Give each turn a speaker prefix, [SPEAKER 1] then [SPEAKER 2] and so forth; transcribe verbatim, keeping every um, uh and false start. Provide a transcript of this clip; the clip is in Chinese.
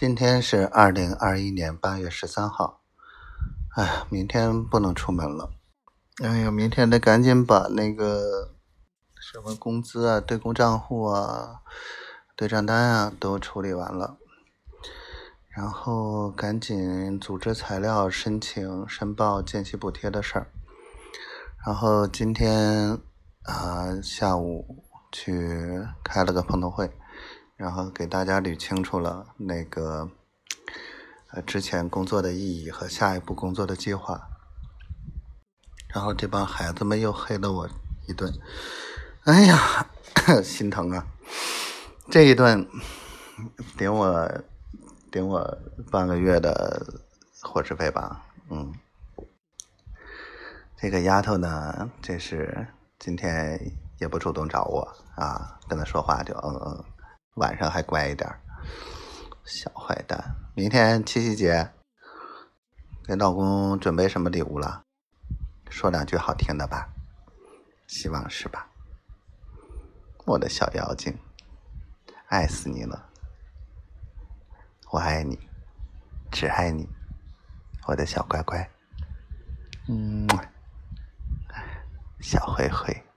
[SPEAKER 1] 今天是二零二一年八月十三号，哎呀，明天不能出门了。哎呀，明天得赶紧把那个什么工资啊、对公账户啊、对账单啊都处理完了，然后赶紧组织材料申请申报见习补贴的事儿。然后今天啊、呃、下午去开了个碰头会，然后给大家捋清楚了那个呃之前工作的意义和下一步工作的计划。然后这帮孩子们又黑了我一顿，哎呀，心疼啊！这一顿顶我顶我半个月的伙食费吧，嗯。这个丫头呢，这是今天也不主动找我啊，跟她说话就嗯嗯，晚上还乖一点，小坏蛋。明天七夕节，给老公准备什么礼物了？说两句好听的吧，希望是吧？我的小妖精，爱死你了，我爱你，只爱你，我的小乖乖，嗯，小灰灰。